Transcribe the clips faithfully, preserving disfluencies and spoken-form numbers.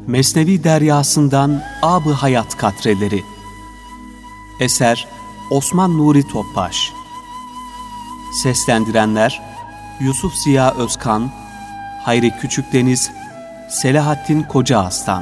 Mesnevi deryasından Ab-ı Hayat Katreleri. Eser Osman Nuri Topbaş. Seslendirenler Yusuf Ziya Özkan, Hayri Küçükdeniz, Selahattin Kocaaslan.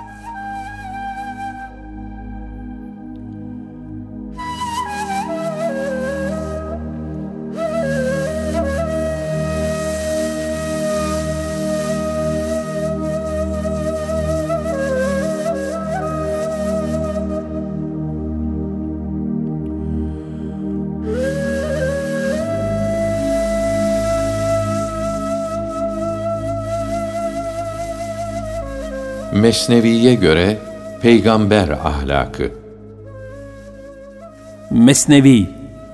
Mesnevi'ye göre peygamber ahlakı. Mesnevi.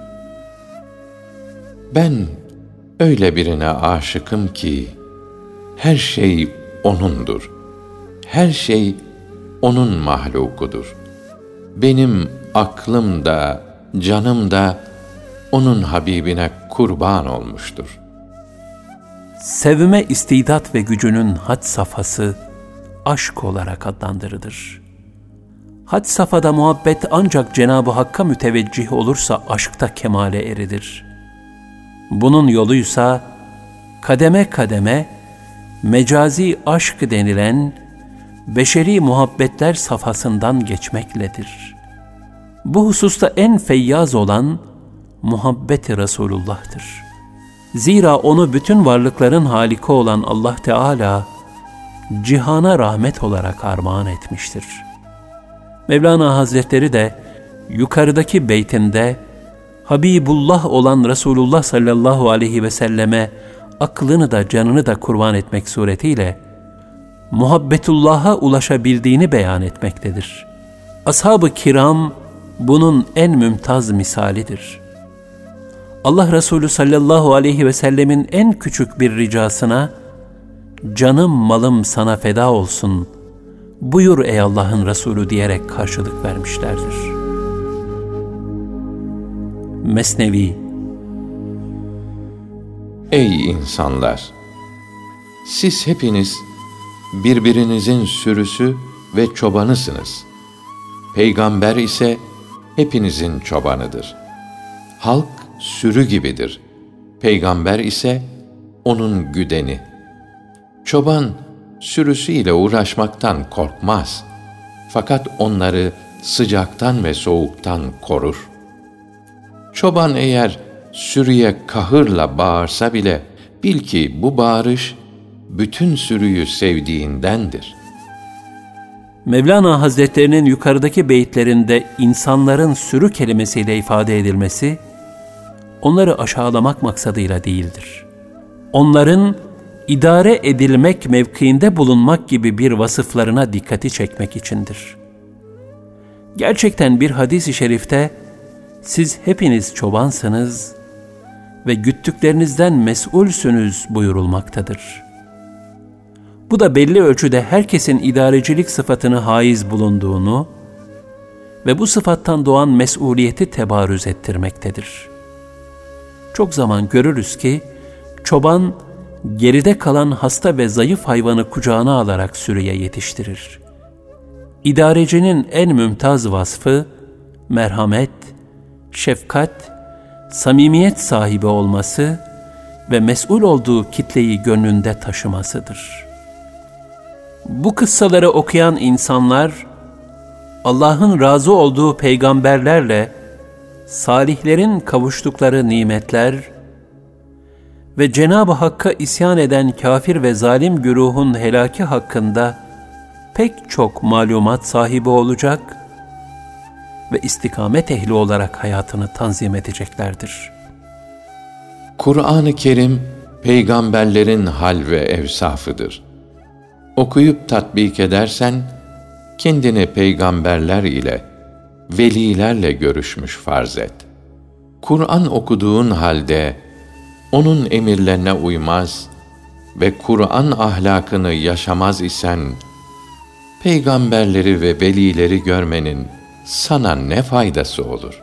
Ben öyle birine aşıkım ki her şey O'nundur. Her şey O'nun mahlukudur. Benim aklım da, canım da O'nun Habibine kurban olmuştur. Sevme istidat ve gücünün had safhası aşk olarak adlandırılır. Had safhada muhabbet ancak Cenab-ı Hakk'a müteveccih olursa aşkta kemale eridir. Bunun yoluysa kademe kademe mecazi aşk denilen beşeri muhabbetler safhasından geçmekledir. Bu hususta en feyyaz olan muhabbet-i Resulullah'tır. Zira onu bütün varlıkların haliki olan Allah Teala cihana rahmet olarak armağan etmiştir. Mevlana Hazretleri de yukarıdaki beytinde Habibullah olan Resulullah sallallahu aleyhi ve selleme aklını da canını da kurban etmek suretiyle muhabbetullah'a ulaşabildiğini beyan etmektedir. Ashab-ı kiram bunun en mümtaz misalidir. Allah Resulü sallallahu aleyhi ve sellemin en küçük bir ricasına "Canım malım sana feda olsun, buyur ey Allah'ın Resulü" diyerek karşılık vermişlerdir. Mesnevi. Ey insanlar! Siz hepiniz birbirinizin sürüsü ve çobanısınız. Peygamber ise hepinizin çobanıdır. Halk sürü gibidir. Peygamber ise onun güdeni. Çoban sürüsüyle uğraşmaktan korkmaz. Fakat onları sıcaktan ve soğuktan korur. Çoban eğer sürüye kahırla bağırsa bile bil ki bu bağırış bütün sürüyü sevdiğindendir. Mevlana Hazretlerinin yukarıdaki beyitlerinde insanların sürü kelimesiyle ifade edilmesi, onları aşağılamak maksadıyla değildir. Onların idare edilmek mevkiinde bulunmak gibi bir vasıflarına dikkati çekmek içindir. Gerçekten bir hadis-i şerifte siz hepiniz çobansınız ve güttüklerinizden mes'ulsünüz buyurulmaktadır. Bu da belli ölçüde herkesin idarecilik sıfatını haiz bulunduğunu ve bu sıfattan doğan mes'uliyeti tebarüz ettirmektedir. Çok zaman görürüz ki çoban geride kalan hasta ve zayıf hayvanı kucağına alarak sürüye yetiştirir. İdarecinin en mümtaz vasfı merhamet, şefkat, samimiyet sahibi olması ve mes'ul olduğu kitleyi gönlünde taşımasıdır. Bu kıssaları okuyan insanlar, Allah'ın razı olduğu peygamberlerle salihlerin kavuştukları nimetler ve Cenab-ı Hakk'a isyan eden kafir ve zalim güruhun helaki hakkında pek çok malumat sahibi olacak ve istikamet ehli olarak hayatını tanzim edeceklerdir. Kur'an-ı Kerim, peygamberlerin hal ve evsafıdır. Okuyup tatbik edersen, kendini peygamberler ile, velilerle görüşmüş farz et. Kur'an okuduğun halde, onun emirlerine uymaz ve Kur'an ahlakını yaşamaz isen, peygamberleri ve velileri görmenin sana ne faydası olur?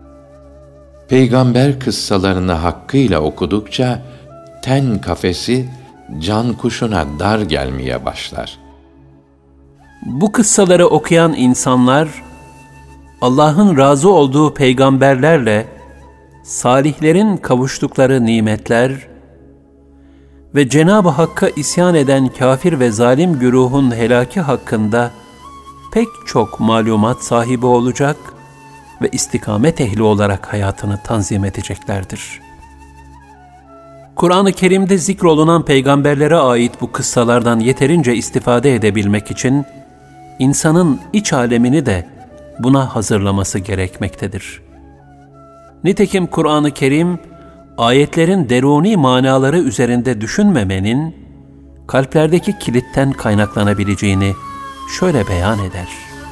Peygamber kıssalarını hakkıyla okudukça, ten kafesi can kuşuna dar gelmeye başlar. Bu kıssaları okuyan insanlar, Allah'ın razı olduğu peygamberlerle salihlerin kavuştukları nimetler ve Cenab-ı Hakk'a isyan eden kafir ve zalim güruhun helaki hakkında pek çok malumat sahibi olacak ve istikamet ehli olarak hayatını tanzim edeceklerdir. Kur'an-ı Kerim'de zikrolunan peygamberlere ait bu kıssalardan yeterince istifade edebilmek için insanın iç alemini de buna hazırlaması gerekmektedir. Nitekim Kur'an-ı Kerim, ayetlerin deruni manaları üzerinde düşünmemenin, kalplerdeki kilitten kaynaklanabileceğini şöyle beyan eder.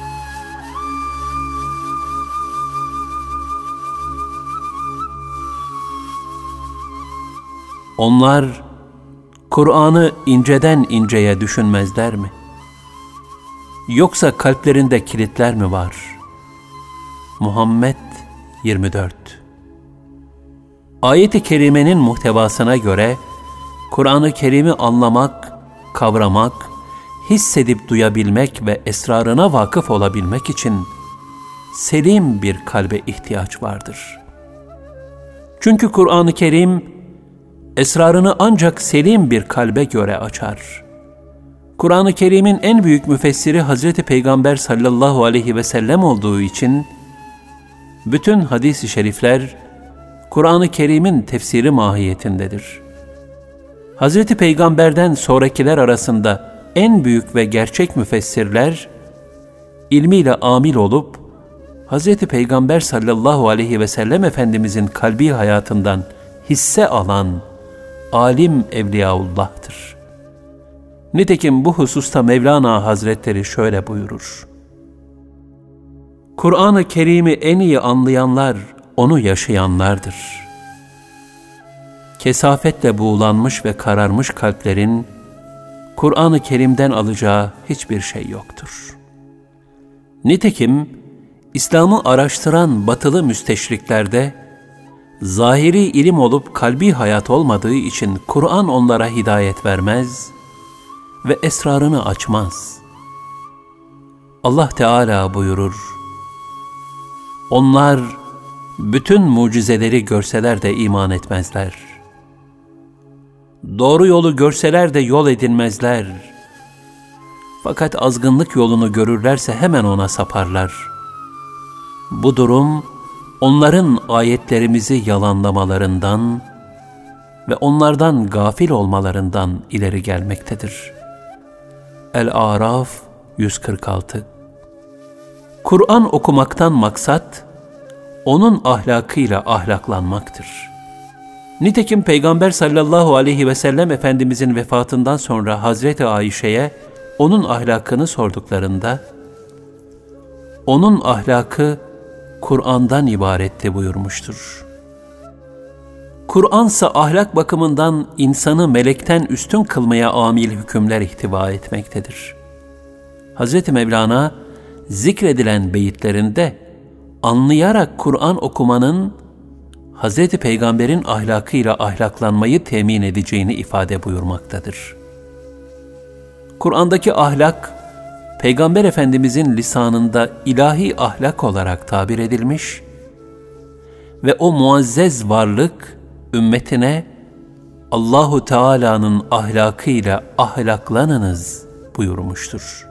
Onlar, Kur'an'ı inceden inceye düşünmezler mi? Yoksa kalplerinde kilitler mi var? Muhammed yirmi dört. Ayet-i kerimenin muhtevasına göre, Kur'an-ı Kerim'i anlamak, kavramak, hissedip duyabilmek ve esrarına vakıf olabilmek için selim bir kalbe ihtiyaç vardır. Çünkü Kur'an-ı Kerim, esrarını ancak selim bir kalbe göre açar. Kur'an-ı Kerim'in en büyük müfessiri Hazreti Peygamber sallallahu aleyhi ve sellem olduğu için, bütün hadis-i şerifler, Kur'an-ı Kerim'in tefsiri mahiyetindedir. Hazreti Peygamber'den sonrakiler arasında en büyük ve gerçek müfessirler, ilmiyle amil olup, Hazreti Peygamber sallallahu aleyhi ve sellem Efendimizin kalbi hayatından hisse alan alim evliyaullah'tır. Nitekim bu hususta Mevlana Hazretleri şöyle buyurur: Kur'an-ı Kerim'i en iyi anlayanlar, onu yaşayanlardır. Kesafetle buğulanmış ve kararmış kalplerin, Kur'an-ı Kerim'den alacağı hiçbir şey yoktur. Nitekim, İslam'ı araştıran batılı müsteşriklerde, zahiri ilim olup kalbi hayat olmadığı için Kur'an onlara hidayet vermez ve esrarını açmaz. Allah Teala buyurur: Onlar bütün mucizeleri görseler de iman etmezler. Doğru yolu görseler de yol edinmezler. Fakat azgınlık yolunu görürlerse hemen ona saparlar. Bu durum, onların ayetlerimizi yalanlamalarından ve onlardan gafil olmalarından ileri gelmektedir. El-Araf yüz kırk altı. Kur'an okumaktan maksat, onun ahlakıyla ahlaklanmaktır. Nitekim Peygamber sallallahu aleyhi ve sellem Efendimizin vefatından sonra Hazreti Ayşe'ye onun ahlakını sorduklarında, onun ahlakı Kur'an'dan ibaretti buyurmuştur. Kur'ansa ahlak bakımından insanı melekten üstün kılmaya amil hükümler ihtiva etmektedir. Hazreti Mevlana zikredilen beyitlerinde anlayarak Kur'an okumanın Hazreti Peygamber'in ahlakıyla ahlaklanmayı temin edeceğini ifade buyurmaktadır. Kur'an'daki ahlak, Peygamber Efendimizin lisanında ilahi ahlak olarak tabir edilmiş ve o muazzez varlık ümmetine Allahu Teala'nın ahlakıyla ahlaklanınız buyurmuştur.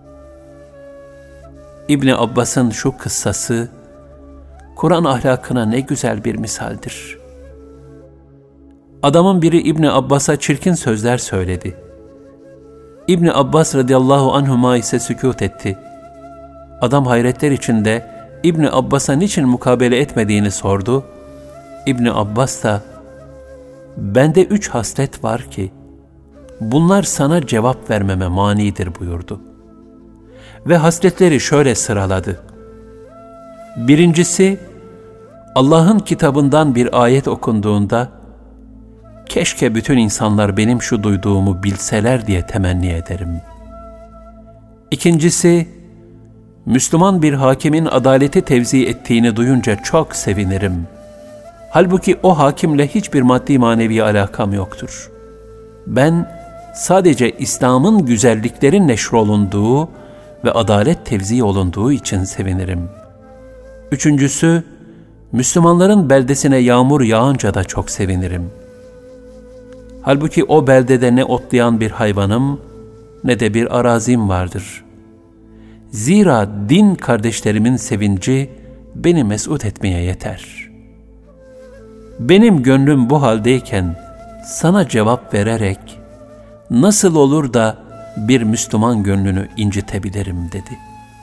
İbni Abbas'ın şu kıssası, Kur'an ahlakına ne güzel bir misaldir. Adamın biri İbni Abbas'a çirkin sözler söyledi. İbni Abbas radıyallahu anhuma ise sükût etti. Adam hayretler içinde İbni Abbas'a niçin mukabele etmediğini sordu. İbni Abbas da, bende üç haslet var ki, bunlar sana cevap vermeme manidir buyurdu. Ve hasletleri şöyle sıraladı. Birincisi, Allah'ın kitabından bir ayet okunduğunda, keşke bütün insanlar benim şu duyduğumu bilseler diye temenni ederim. İkincisi, Müslüman bir hakimin adaleti tevzi ettiğini duyunca çok sevinirim. Halbuki o hakimle hiçbir maddi manevi alakam yoktur. Ben sadece İslam'ın güzelliklerin neşrolunduğu ve adalet tevzi olunduğu için sevinirim. Üçüncüsü, Müslümanların beldesine yağmur yağınca da çok sevinirim. Halbuki o beldede ne otlayan bir hayvanım, ne de bir arazim vardır. Zira din kardeşlerimin sevinci beni mesut etmeye yeter. Benim gönlüm bu haldeyken sana cevap vererek nasıl olur da bir Müslüman gönlünü incitebilirim dedi.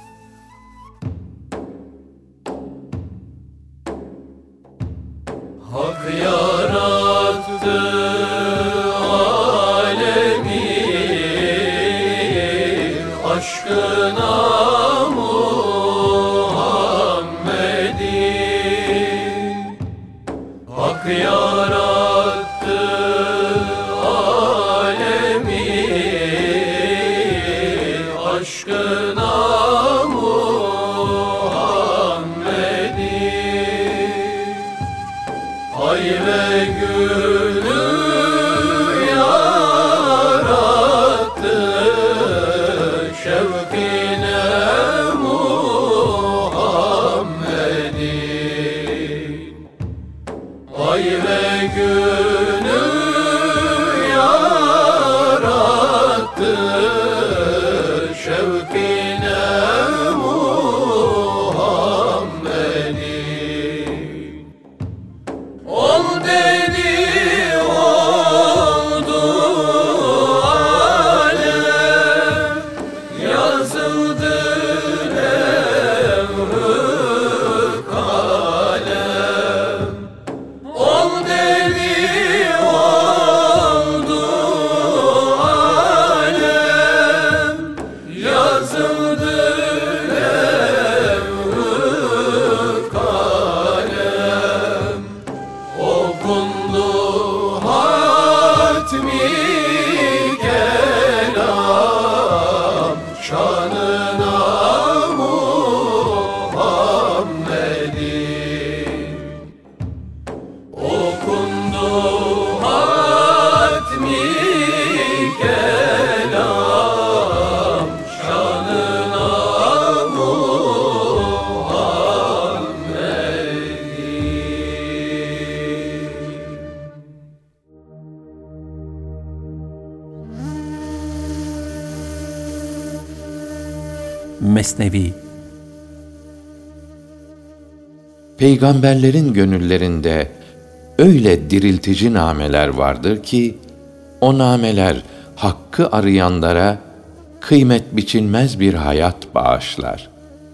Hak yarattı alemi aşkına Muhammed'i. Hak yarattı alemi aşkına ay ve gülü yarattı şevkine Muhammed'in. Ay ve gülü yarattı şevkine Mesnevi. Peygamberlerin gönüllerinde öyle diriltici nameler vardır ki, o nameler hakkı arayanlara kıymet biçilmez bir hayat bağışlar.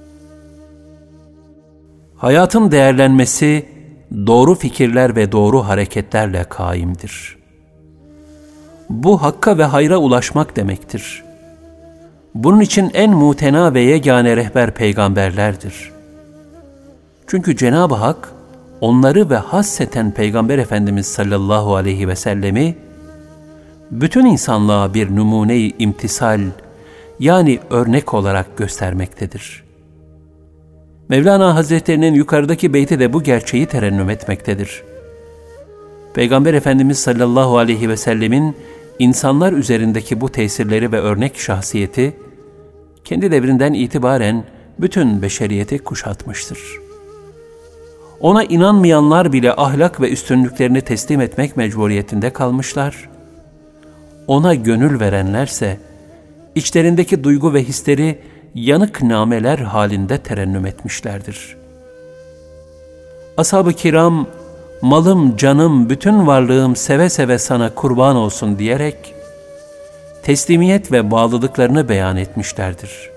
Hayatın değerlenmesi doğru fikirler ve doğru hareketlerle kaimdir. Bu hakka ve hayra ulaşmak demektir. Bunun için en mutena ve yegane rehber peygamberlerdir. Çünkü Cenab-ı Hak onları ve hasseten Peygamber Efendimiz sallallahu aleyhi ve sellemi bütün insanlığa bir numune-i imtisal, yani örnek olarak göstermektedir. Mevlana Hazretlerinin yukarıdaki beyti de bu gerçeği terennüm etmektedir. Peygamber Efendimiz sallallahu aleyhi ve sellemin insanlar üzerindeki bu tesirleri ve örnek şahsiyeti, kendi devrinden itibaren bütün beşeriyeti kuşatmıştır. Ona inanmayanlar bile ahlak ve üstünlüklerini teslim etmek mecburiyetinde kalmışlar. Ona gönül verenlerse, içlerindeki duygu ve hisleri yanık nameler halinde terennüm etmişlerdir. Ashab-ı kiram, malım, canım, bütün varlığım seve seve sana kurban olsun diyerek, teslimiyet ve bağlılıklarını beyan etmişlerdir.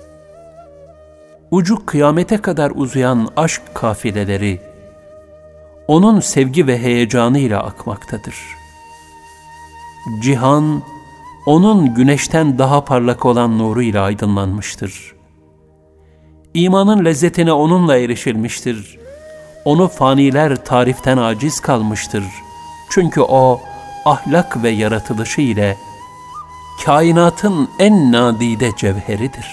Ucu kıyamete kadar uzayan aşk kafileleri, onun sevgi ve heyecanıyla akmaktadır. Cihan, onun güneşten daha parlak olan nuruyla aydınlanmıştır. İmanın lezzetine onunla erişilmiştir. Onu faniler tariften aciz kalmıştır. Çünkü o, ahlak ve yaratılışı ile kainatın en nadide cevheridir.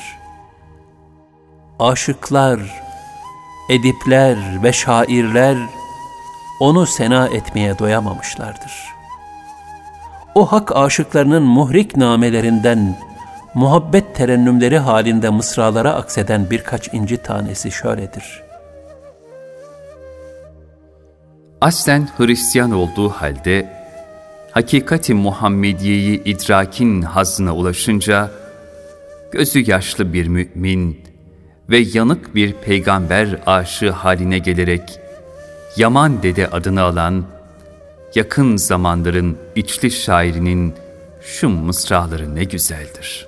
Aşıklar, edipler ve şairler onu sena etmeye doyamamışlardır. O hak aşıklarının muhrik namelerinden muhabbet terennümleri halinde mısralara akseden birkaç inci tanesi şöyledir. Aslen Hristiyan olduğu halde, hakikati Muhammediye'yi idrakin hazzına ulaşınca, gözü yaşlı bir mümin ve yanık bir peygamber aşığı haline gelerek, Yaman Dede adını alan, yakın zamanların içli şairinin şu mısraları ne güzeldir.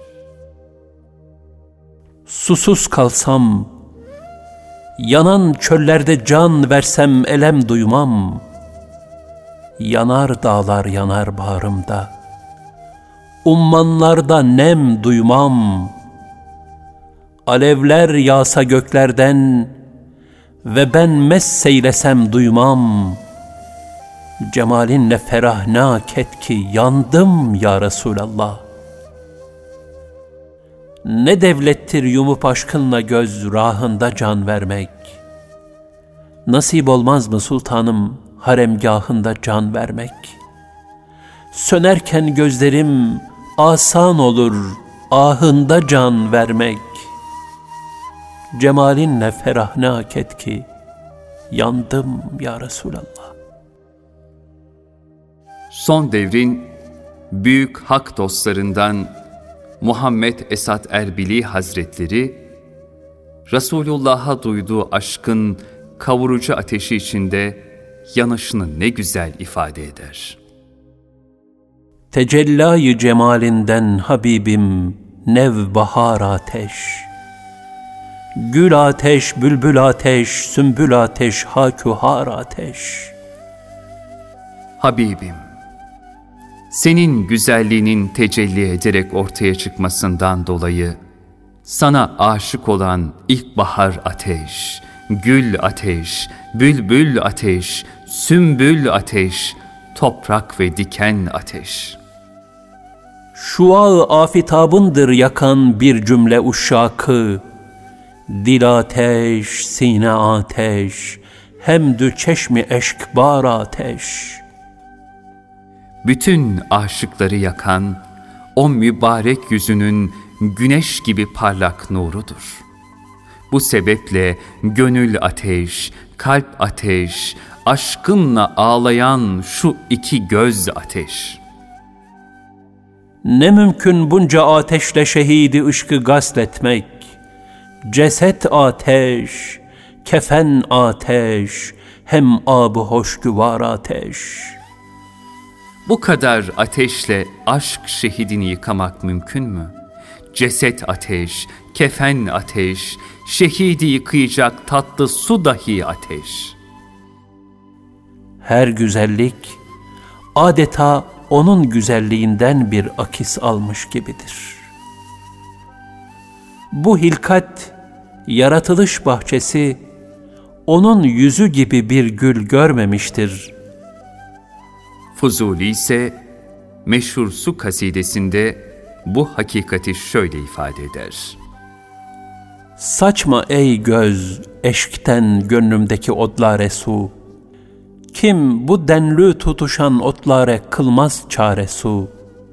Susuz kalsam, yanan çöllerde can versem elem duymam. Yanar dağlar yanar bağrımda, ummanlarda nem duymam. Alevler yağsa göklerden ve ben messeylesem duymam. Cemalinle ferahnak et ki yandım ya Resulallah. Ne devlettir yumup aşkınla göz rahında can vermek. Nasip olmaz mı sultanım haremgahında can vermek? Sönerken gözlerim asan olur ahında can vermek. Cemalinle ferahnak et ki yandım ya Resulallah. Son devrin büyük hak dostlarından Muhammed Esad Erbili Hazretleri, Resulullah'a duyduğu aşkın kavurucu ateşi içinde yanışını ne güzel ifade eder. Tecellayı cemalinden Habibim nevbahar ateş. Gül ateş, bülbül ateş, sümbül ateş, hakühar ateş. Habibim, senin güzelliğinin tecelli ederek ortaya çıkmasından dolayı sana aşık olan ilkbahar ateş, gül ateş, bülbül ateş, sümbül ateş, toprak ve diken ateş. Şuağı afitabındır yakan bir cümle uşşakı. Dil ateş, sine ateş, hemdü çeşmi eşkbar ateş. Bütün aşıkları yakan o mübarek yüzünün güneş gibi parlak nurudur. Bu sebeple gönül ateş, kalp ateş, aşkınla ağlayan şu iki göz ateş. Ne mümkün bunca ateşle şehidi ışkı gasletmek. Ceset ateş, kefen ateş, hem ab-ı hoşgüvar ateş. Bu kadar ateşle aşk şehidini yıkamak mümkün mü? Ceset ateş, kefen ateş, şehidi yıkayacak tatlı su dahi ateş. Her güzellik adeta onun güzelliğinden bir akis almış gibidir. Bu hilkat, yaratılış bahçesi, onun yüzü gibi bir gül görmemiştir. Fuzuli ise meşhur Su kasidesinde bu hakikati şöyle ifade eder. Saçma ey göz, eşkten gönlümdeki otlare su. Kim bu denlü tutuşan otlare kılmaz çare su.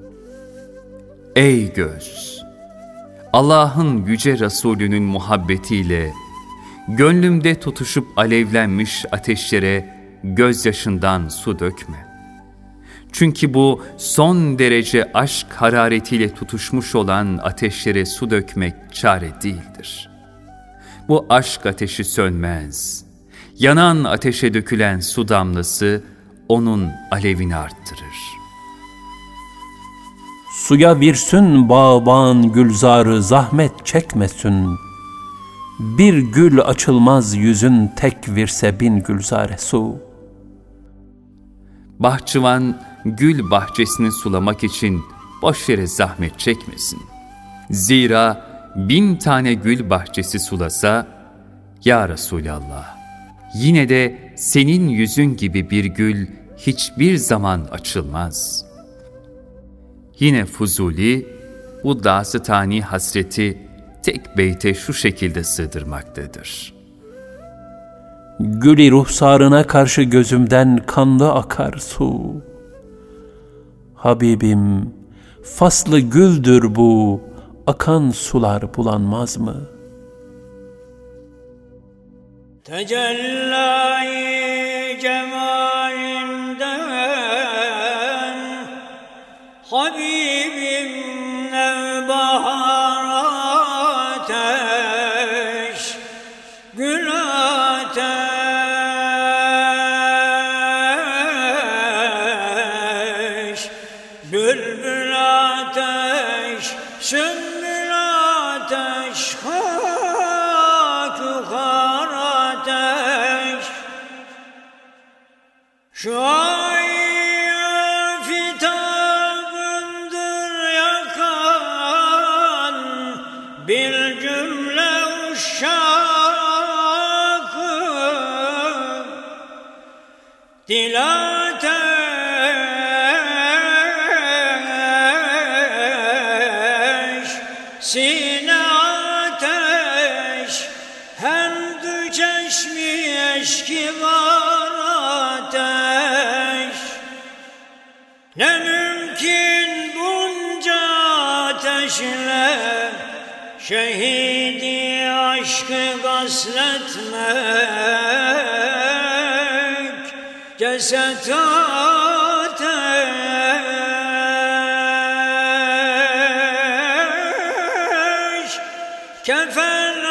Ey göz! Allah'ın yüce Resulünün muhabbetiyle gönlümde tutuşup alevlenmiş ateşlere gözyaşından su dökme. Çünkü bu son derece aşk hararetiyle tutuşmuş olan ateşlere su dökmek çare değildir. Bu aşk ateşi sönmez. Yanan ateşe dökülen su damlası onun alevini arttırır. Suya virsün bağban gülzarı zahmet çekmesin. Bir gül açılmaz yüzün tek virse bin gülzare su. Bahçıvan gül bahçesini sulamak için boş yere zahmet çekmesin. Zira bin tane gül bahçesi sulasa, ya Resulallah, yine de senin yüzün gibi bir gül hiçbir zaman açılmaz. Yine Fuzuli, bu dâsı-tâni hasreti tek beyte şu şekilde sığdırmaktadır. Gül-i ruhsarına karşı gözümden kanlı akar su. Habibim, faslı güldür bu, akan sular bulanmaz mı? Tecelli cemalinden Habibim nevbahar ateş, gül ateş, bülbül ateş, sümbül ateş, hak yukarı ateş. Şu bir cümle uşakı dil ateş, sine ateş, hem dü çeşmi eşki var ateş. Ne mümkün bunca ateşle şehidi aşkı gasletmek, ceset ateş, kefen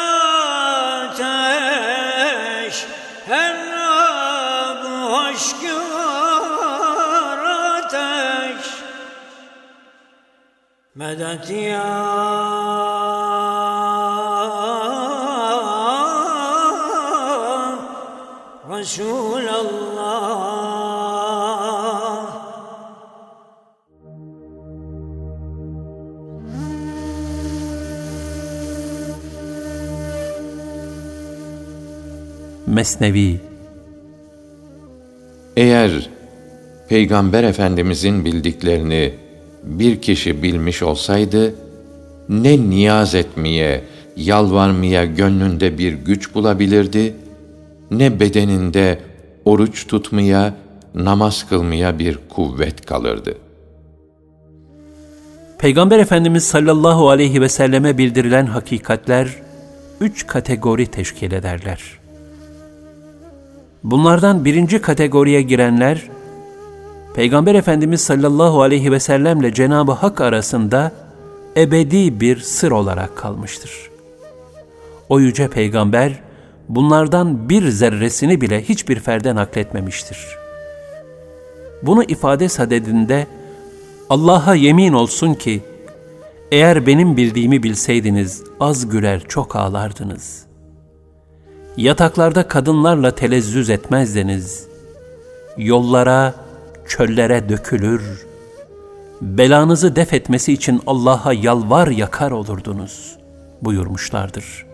ateş, her bu aşkı var ateş. Medet ya Resulallah. Mesnevi. Eğer Peygamber Efendimizin bildiklerini bir kişi bilmiş olsaydı, ne niyaz etmeye, yalvarmaya gönlünde bir güç bulabilirdi, ne bedeninde oruç tutmaya, namaz kılmaya bir kuvvet kalırdı. Peygamber Efendimiz sallallahu aleyhi ve selleme bildirilen hakikatler üç kategori teşkil ederler. Bunlardan birinci kategoriye girenler, Peygamber Efendimiz sallallahu aleyhi ve sellemle Cenab-ı Hak arasında ebedi bir sır olarak kalmıştır. O yüce Peygamber, bunlardan bir zerresini bile hiçbir ferde nakletmemiştir. Bunu ifade sadedinde, Allah'a yemin olsun ki, eğer benim bildiğimi bilseydiniz az güler çok ağlardınız. Yataklarda kadınlarla telezzüz etmezdiniz. Yollara, çöllere dökülür, belanızı def etmesi için Allah'a yalvar yakar olurdunuz buyurmuşlardır.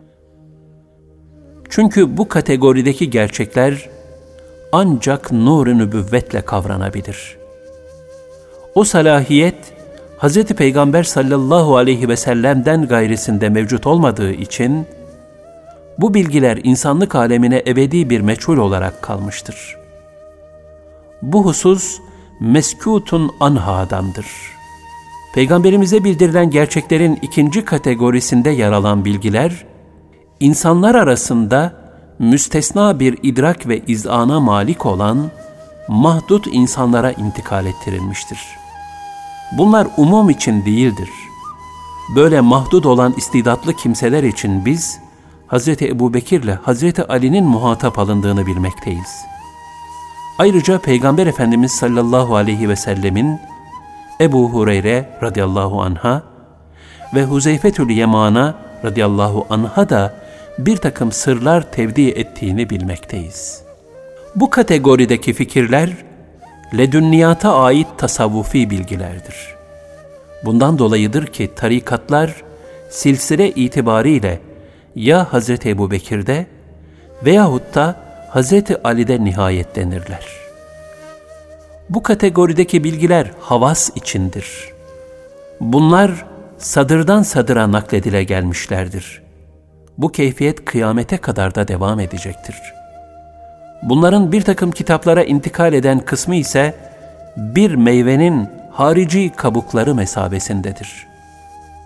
Çünkü bu kategorideki gerçekler ancak nur-u nübüvvetle kavranabilir. O salahiyet, Hz. Peygamber sallallahu aleyhi ve sellem'den gayrisinde mevcut olmadığı için, bu bilgiler insanlık alemine ebedi bir meçhul olarak kalmıştır. Bu husus, meskûtun anhadandır. Peygamberimize bildirilen gerçeklerin ikinci kategorisinde yer alan bilgiler, insanlar arasında müstesna bir idrak ve izana malik olan mahdut insanlara intikal ettirilmiştir. Bunlar umum için değildir. Böyle mahdut olan istidatlı kimseler için biz, Hazreti Ebubekir ile Hazreti Ali'nin muhatap alındığını bilmekteyiz. Ayrıca Peygamber Efendimiz sallallahu aleyhi ve sellemin Ebu Hureyre radıyallahu anha ve Huzeyfetül Yeman'a radıyallahu anha da bir takım sırlar tevdi ettiğini bilmekteyiz. Bu kategorideki fikirler, ledünniyata ait tasavvufi bilgilerdir. Bundan dolayıdır ki tarikatlar silsile itibariyle ya Hazreti Ebubekir'de veyahut da Hazreti Ali'de nihayetlenirler. Bu kategorideki bilgiler havas içindir. Bunlar sadırdan sadıra nakledile gelmişlerdir. Bu keyfiyet kıyamete kadar da devam edecektir. Bunların bir takım kitaplara intikal eden kısmı ise bir meyvenin harici kabukları mesabesindedir.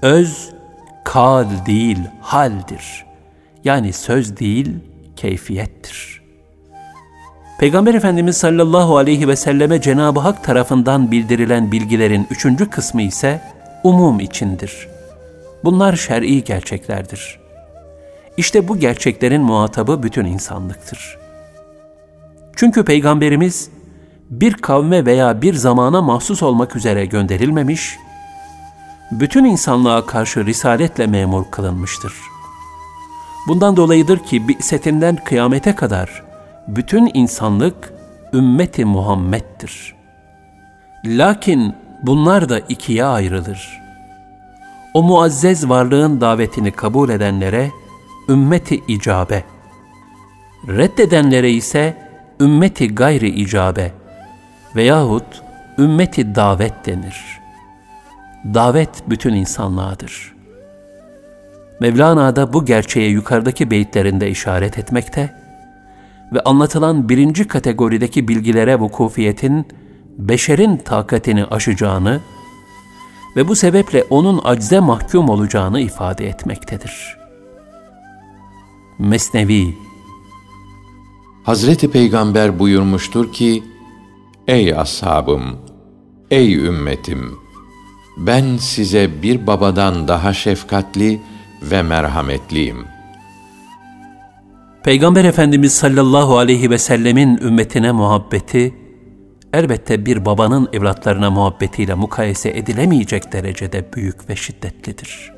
Öz, kal değil, haldir. Yani söz değil, keyfiyettir. Peygamber Efendimiz sallallahu aleyhi ve selleme Cenab-ı Hak tarafından bildirilen bilgilerin üçüncü kısmı ise umum içindir. Bunlar şer'i gerçeklerdir. İşte bu gerçeklerin muhatabı bütün insanlıktır. Çünkü Peygamberimiz bir kavme veya bir zamana mahsus olmak üzere gönderilmemiş, bütün insanlığa karşı risaletle memur kılınmıştır. Bundan dolayıdır ki bi'setinden kıyamete kadar bütün insanlık ümmeti Muhammed'dir. Lakin bunlar da ikiye ayrılır. O muazzez varlığın davetini kabul edenlere ümmeti icabe, reddedenlere ise ümmeti gayri icabe veyahut ümmeti davet denir. Davet bütün insanlığadır. Mevlana da bu gerçeğe yukarıdaki beyitlerinde işaret etmekte ve anlatılan birinci kategorideki bilgilere vukufiyetin beşerin takatini aşacağını ve bu sebeple onun acze mahkum olacağını ifade etmektedir. Mesnevi. Hazreti Peygamber buyurmuştur ki, ey ashabım, ey ümmetim, ben size bir babadan daha şefkatli ve merhametliyim. Peygamber Efendimiz sallallahu aleyhi ve sellemin ümmetine muhabbeti, elbette bir babanın evlatlarına muhabbetiyle mukayese edilemeyecek derecede büyük ve şiddetlidir.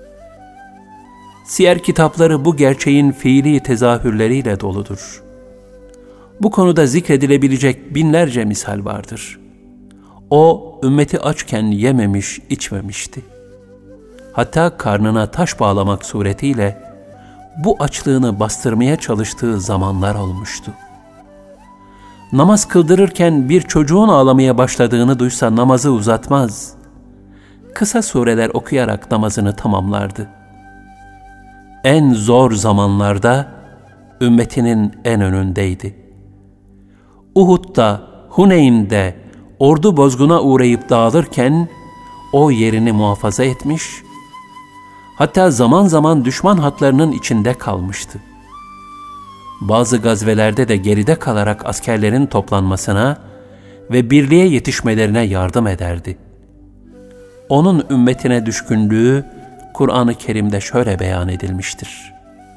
Siyer kitapları bu gerçeğin fiili tezahürleriyle doludur. Bu konuda zikredilebilecek binlerce misal vardır. O, ümmeti açken yememiş, içmemişti. Hatta karnına taş bağlamak suretiyle bu açlığını bastırmaya çalıştığı zamanlar olmuştu. Namaz kıldırırken bir çocuğun ağlamaya başladığını duysa namazı uzatmaz. Kısa sureler okuyarak namazını tamamlardı. En zor zamanlarda ümmetinin en önündeydi. Uhud'da, Huneyn'de ordu bozguna uğrayıp dağılırken o yerini muhafaza etmiş, hatta zaman zaman düşman hatlarının içinde kalmıştı. Bazı gazvelerde de geride kalarak askerlerin toplanmasına ve birliğe yetişmelerine yardım ederdi. Onun ümmetine düşkünlüğü Kur'an-ı Kerim'de şöyle beyan edilmiştir.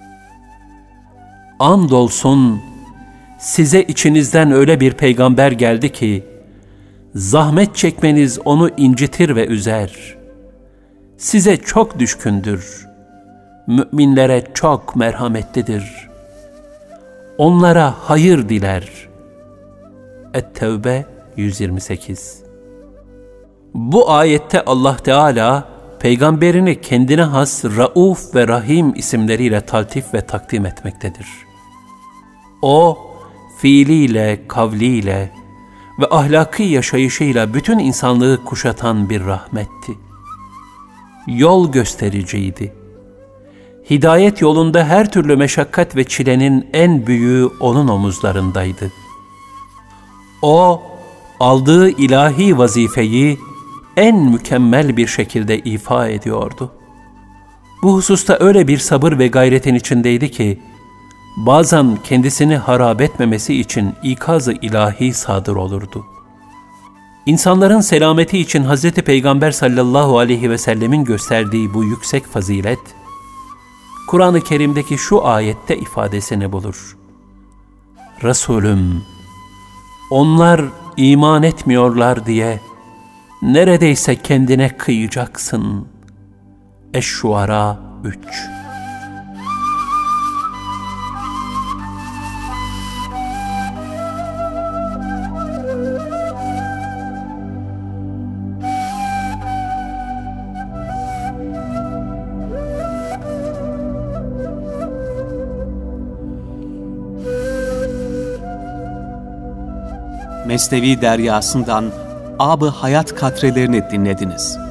Andolsun size içinizden öyle bir peygamber geldi ki, zahmet çekmeniz onu incitir ve üzer. Size çok düşkündür. Müminlere çok merhametlidir. Onlara hayır diler. Et-Tevbe yüz yirmi sekiz. Bu ayette Allah Teala peygamberini kendine has Rauf ve Rahim isimleriyle taltif ve takdim etmektedir. O, fiiliyle, kavliyle ve ahlaki yaşayışıyla bütün insanlığı kuşatan bir rahmetti. Yol göstericiydi. Hidayet yolunda her türlü meşakkat ve çilenin en büyüğü onun omuzlarındaydı. O, aldığı ilahi vazifeyi en mükemmel bir şekilde ifa ediyordu. Bu hususta öyle bir sabır ve gayretin içindeydi ki, bazen kendisini harap etmemesi için ikaz-ı ilahi sadır olurdu. İnsanların selameti için Hazreti Peygamber sallallahu aleyhi ve sellemin gösterdiği bu yüksek fazilet, Kur'an-ı Kerim'deki şu ayette ifadesini bulur. Resulüm, onlar iman etmiyorlar diye neredeyse kendine kıyacaksın. Eş-Şuara üç. Mesnevi Deryası'ndan Ab-ı Hayat katrelerini dinlediniz.